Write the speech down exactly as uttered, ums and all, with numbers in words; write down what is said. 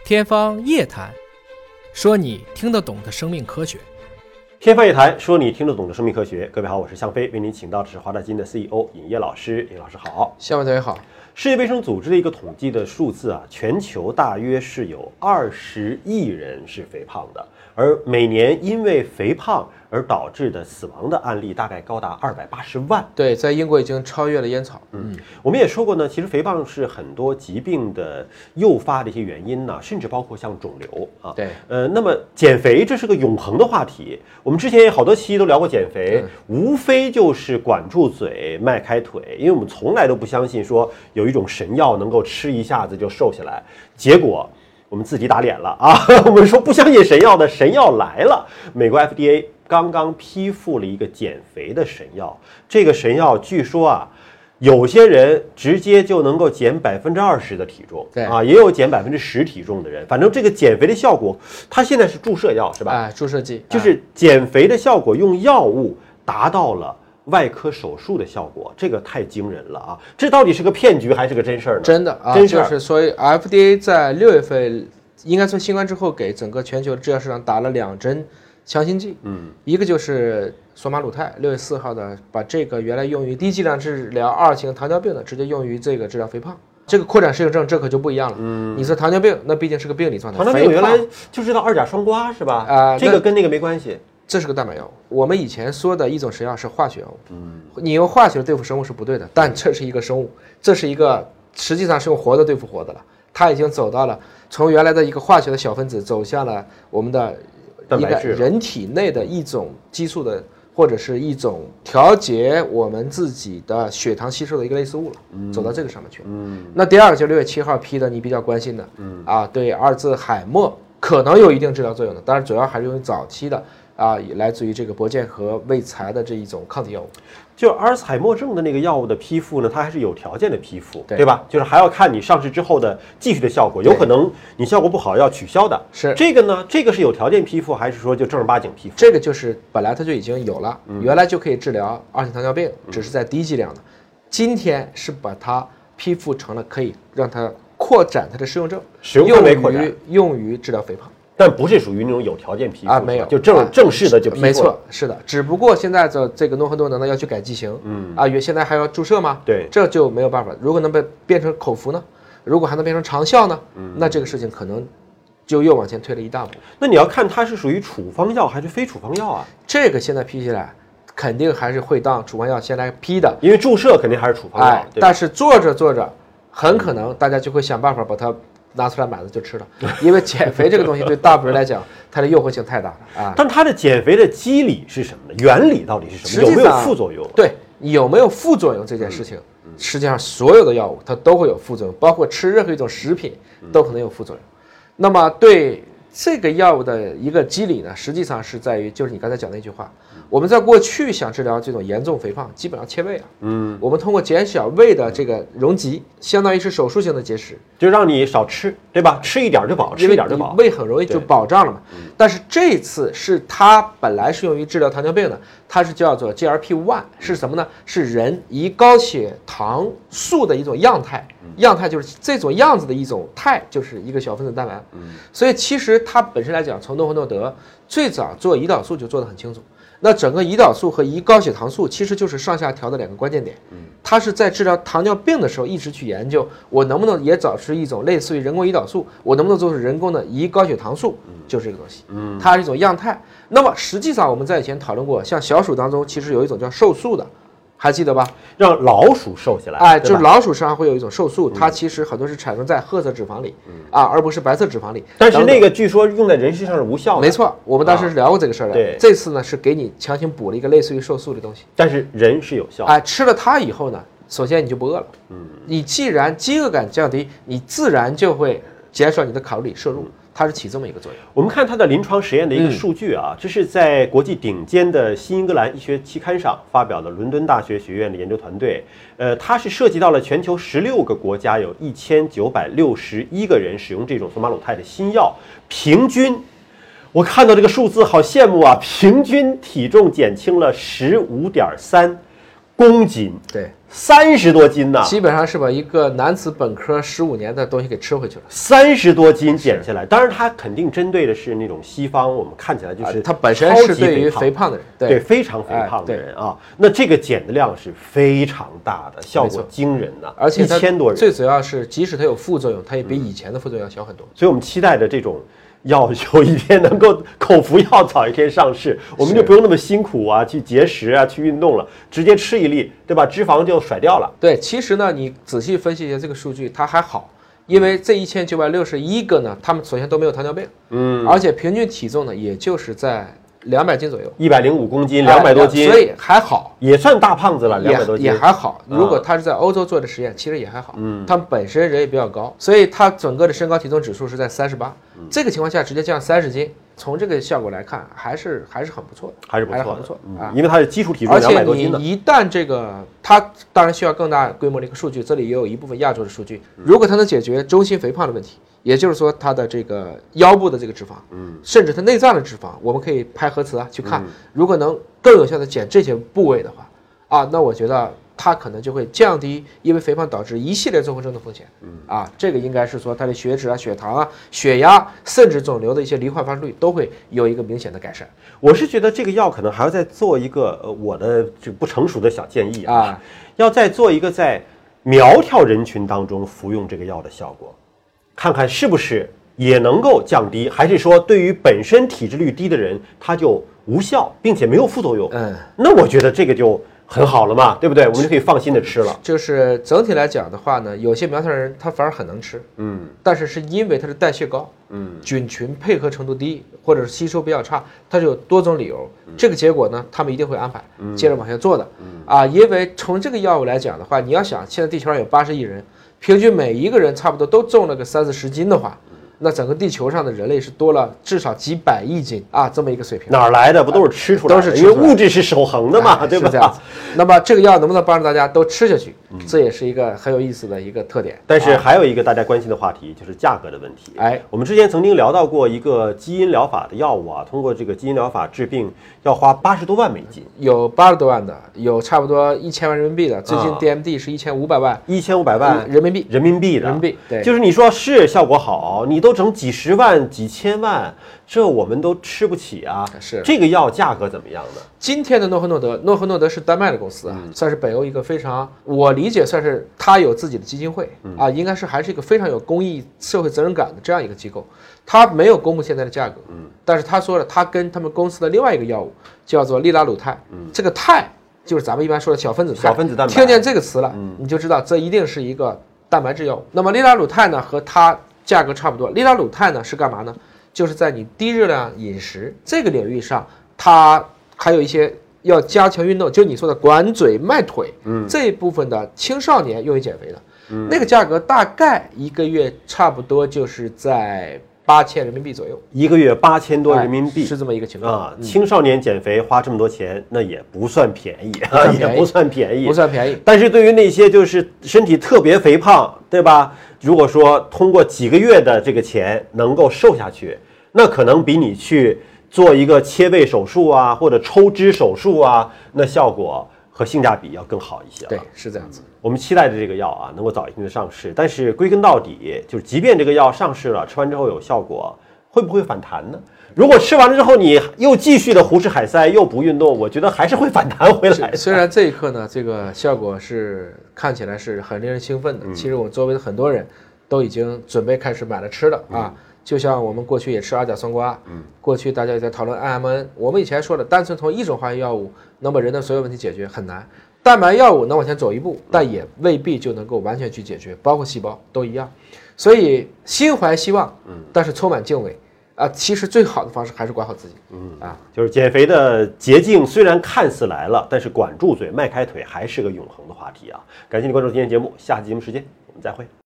天方夜谭，说你听得懂的生命科学。 天方夜谭，说你听得懂的生命科学。各位好，我是向飞，为您请到的是华大基因的 C E O 尹烨老师。尹老师好。 向飞同学好。 世界卫生组织的一个统计的数字啊，全球大约是有二十亿人是肥胖的，而每年因为肥胖而导致的死亡的案例大概高达二百八十万。 对，在英国已经超越了烟草。 嗯，我们也说过呢，其实肥胖是很多疾病的诱发的一些原因呢，甚至包括像肿瘤啊。 对， 呃，那么减肥这是个永恒的话题。我们之前也好多期都聊过减肥，嗯、无非就是管住嘴、迈开腿，因为我们从来都不相信说有一种神药能够吃一下子就瘦下来，结果我们自己打脸了啊！我们说不相信神药的，神药来了。美国 F D A 刚刚批复了一个减肥的神药，这个神药据说啊，有些人直接就能够减百分之二十的体重， 对啊，也有减百分之十体重的人。反正这个减肥的效果，它现在是注射药是吧？ 哎，注射剂， 就是减肥的效果，用药物达到了外科手术的效果，这个太惊人了啊！这到底是个骗局还是个真事儿呢？ 真的啊， 真事儿。 就是所以 F D A 在六月份，应该从新冠之后给整个全球的制药市场打了两针强心剂，嗯，一个就是索马鲁肽，六月四号的把这个原来用于低剂量治疗二型糖尿病的，直接用于这个治疗肥胖。这个扩展适应症这可就不一样了。嗯，你说糖尿病，那毕竟是个病理状态。 糖尿病原来就知道二甲双胍是吧？啊、呃，这个跟那个没关系。 这是个蛋白药物。我们以前说的一种神药是化学药物，嗯，你用化学对付生物是不对的，但这是一个生物，这是一个实际上是用活的对付活的了。它已经走到了从原来的一个化学的小分子走向了我们的一个人体内的一种激素的或者是一种调节我们自己的血糖吸收的一个类似物了，嗯、走到这个上面去了。嗯，那第二个就六月七号批的，你比较关心的，嗯啊，对阿尔兹海默可能有一定治疗作用的，当然主要还是用于早期的。啊，来自于这个博健和胃财的这一种抗体药物， 就阿尔茨海默症的那个药物的批复呢，它还是有条件的批复， 对, 对吧？就是还要看你上市之后的继续的效果，有可能你效果不好要取消的。 是这个呢，这个是有条件批复，还是说就正儿八经批复？ 这个就是本来它就已经有了，嗯、原来就可以治疗二型糖尿病，只是在低剂量的，嗯、今天是把它批复成了可以让它扩展它的适用症， 使用范围扩展， 用于用于治疗肥胖。 但不是属于那种有条件批复啊，没有， 就正、啊、正式的就批复。 没错，是的，只不过现在的这个诺和诺德呢要去改剂型，嗯啊，现在还要注射吗？ 对， 这就没有办法。如果能被变成口服呢？如果还能变成长效呢？嗯，那这个事情可能就又往前推了一大步。 那你要看它是属于处方药还是非处方药啊？ 这个现在批下来，肯定还是会当处方药先来批的， 因为注射肯定还是处方药。 哎，但是做着做着，很可能大家就会想办法把它拿出来买了就吃了，因为减肥这个东西对大部分人来讲，它的诱惑性太大了啊。 但它的减肥的机理是什么呢？原理到底是什么？有没有副作用？ 对，有没有副作用这件事情，嗯、实际上所有的药物它都会有副作用，包括吃任何一种食品都可能有副作用。嗯、那么对这个药物的一个机理呢，实际上是在于，就是你刚才讲的那句话，我们在过去想治疗这种严重肥胖，基本上切胃啊，嗯，我们通过减小胃的这个容积，相当于是手术性的节食， 就让你少吃，对吧？吃一点就饱，吃一点就饱， 胃很容易就饱胀了嘛。但是这次是它本来是用于治疗糖尿病的，它是叫做 G L P 一， 是什么呢？是人胰高血糖素的一种样态，样态就是这种样子的一种态，就是一个小分子蛋白。所以其实它本身来讲，从诺和诺德最早做胰岛素就做得很清楚。那整个胰岛素和胰高血糖素其实就是上下调的两个关键点，它是在治疗糖尿病的时候一直去研究，我能不能也找出一种类似于人工胰岛素，我能不能做出人工的胰高血糖素，就是这个东西，它是一种样态。那么实际上我们在以前讨论过，像小鼠当中其实有一种叫瘦素的，还记得吧？ 让老鼠瘦下来， 哎，就是老鼠身上会有一种瘦素，它其实很多是产生在褐色脂肪里，啊，而不是白色脂肪里。 但是那个据说用在人身上是无效的。 没错，我们当时是聊过这个事儿的。对，这次呢是给你强行补了一个类似于瘦素的东西， 但是人是有效。 哎，吃了它以后呢，首先你就不饿了，嗯，你既然饥饿感降低，你自然就会减少你的卡路里摄入。它是起这么一个作用。 我们看它的临床实验的一个数据啊，嗯、这是在国际顶尖的新英格兰医学期刊上发表的伦敦大学学院的研究团队。呃，它是涉及到了全球十六个国家，有一千九百六十一个人使用这种索马鲁肽的新药，平均，我看到这个数字好羡慕啊，平均体重减轻了十五点三公斤， 对， 三十多斤呢， 基本上是把一个男子本科十五年的东西给吃回去了。 三十多斤减下来，当然它肯定针对的是那种西方，我们看起来就是它本身是对于肥胖的人， 对，对非常肥胖的人啊，那这个减的量是非常大的，效果惊人呐， 而且一千多人， 最主要是即使它有副作用，它也比以前的副作用要小很多。 所以我们期待着这种。药有一天能够口服药早一天上市，我们就不用那么辛苦啊，去节食啊，去运动了，直接吃一粒，对吧？脂肪就甩掉了。 对，其实呢，你仔细分析一下这个数据，它还好，因为这一千九百六十一个呢，他们首先都没有糖尿病，嗯，而且平均体重呢，也就是在两百斤左右， 一百零五公斤，两百多斤， 所以还好， 也算大胖子了，两百多斤也还好。如果他是在欧洲做的实验，其实也还好，嗯，他们本身人也比较高，所以他整个的身高体重指数是在三十八。这个情况下直接降三十斤，从这个效果来看，还是还是很不错的， 还是不错的， 还是很不错啊！ 因为它的基础体重两百多斤呢。而且你一旦这个，它当然需要更大规模的一个数据，这里也有一部分亚洲的数据。如果它能解决中心肥胖的问题，也就是说它的这个腰部的这个脂肪，嗯，甚至它内脏的脂肪，我们可以拍核磁啊去看，如果能更有效的减这些部位的话，啊，那我觉得。它可能就会降低因为肥胖导致一系列综合征的风险，嗯啊，这个应该是说它的血脂啊、血糖啊、血压，甚至肿瘤的一些罹患发生率都会有一个明显的改善。 我是觉得这个药可能还要再做一个，呃，我的这个不成熟的小建议啊，啊要再做一个在苗条人群当中服用这个药的效果，看看是不是也能够降低，还是说对于本身体脂率低的人它就无效，并且没有副作用？嗯，那我觉得这个就。很好了嘛，对不对？我们就可以放心的吃了。 就是整体来讲的话呢，有些苗条人他反而很能吃，嗯，但是是因为他的代谢高，嗯，菌群配合程度低，或者是吸收比较差，它是有多种理由。嗯、这个结果呢，他们一定会安排接着往下做的，嗯、啊，因为从这个药物来讲的话，你要想现在地球上有八十亿人，平均每一个人差不多都重了个三四十斤的话。那整个地球上的人类是多了至少几百亿斤啊，这么一个水平。 哪儿来的？不都是吃出来的？ 都是因为物质是守恒的嘛，哎、对吧？ 是这样子。那么这个药能不能帮助大家都吃下去？嗯、这也是一个很有意思的一个特点。 但是还有一个大家关心的话题，就是价格的问题。 哎， 我们之前曾经聊到过一个基因疗法的药物啊，通过这个基因疗法治病要花八十多万美金， 有八十多万的，有差不多一千万人民币的。最近 D M D 是一千五百万， 一千五百万人民币， 人民币的， 人民币。对， 就是你说是效果好，你都整几十万。几千万，这我们都吃不起啊！ 是这个药价格怎么样呢？ 今天的诺和诺德，诺和诺德是丹麦的公司啊，嗯、算是北欧一个非常，我理解算是它有自己的基金会、嗯、啊，应该是还是一个非常有公益社会责任感的这样一个机构。它没有公布现在的价格，嗯，但是他说了，他跟他们公司的另外一个药物叫做利拉鲁肽，嗯，这个肽就是咱们一般说的小分子肽， 小分子蛋白， 听见这个词了，嗯，你就知道这一定是一个蛋白质药物。那么利拉鲁肽呢，和它价格差不多。利拉鲁肽呢是干嘛呢？就是在你低热量饮食这个领域上，它还有一些要加强运动，就是你说的管嘴迈腿，嗯，这一部分的青少年用于减肥的，嗯，那个价格大概一个月差不多就是在八千人民币左右， 一个月八千多人民币、 哎、是这么一个情况啊。青少年减肥花这么多钱，那也不算便宜啊，也不算便宜， 不算便宜。 但是对于那些就是身体特别肥胖，对吧？如果说通过几个月的这个钱能够瘦下去，那可能比你去做一个切胃手术啊，或者抽脂手术啊，那效果和性价比要更好一些了。 对，是这样子。 我们期待着这个药啊能够早一天的上市，但是归根到底，就是即便这个药上市了，吃完之后有效果，会不会反弹呢？如果吃完了之后你又继续的胡吃海塞，又不运动，我觉得还是会反弹回来的。 虽然这一刻呢，这个效果是看起来是很令人兴奋的，嗯、其实我周围的很多人都已经准备开始买了吃了啊。嗯，就像我们过去也吃阿甲酸瓜，嗯，过去大家也在讨论 I M N， 我们以前说的单纯从一种化学药物能把人的所有问题解决很难，蛋白药物能往前走一步，但也未必就能够完全去解决，包括细胞都一样。所以心怀希望，嗯，但是充满敬畏啊。其实最好的方式还是管好自己，嗯啊， 就是减肥的捷径虽然看似来了，但是管住嘴、迈开腿还是个永恒的话题啊。感谢你关注今天节目，下期节目时间我们再会。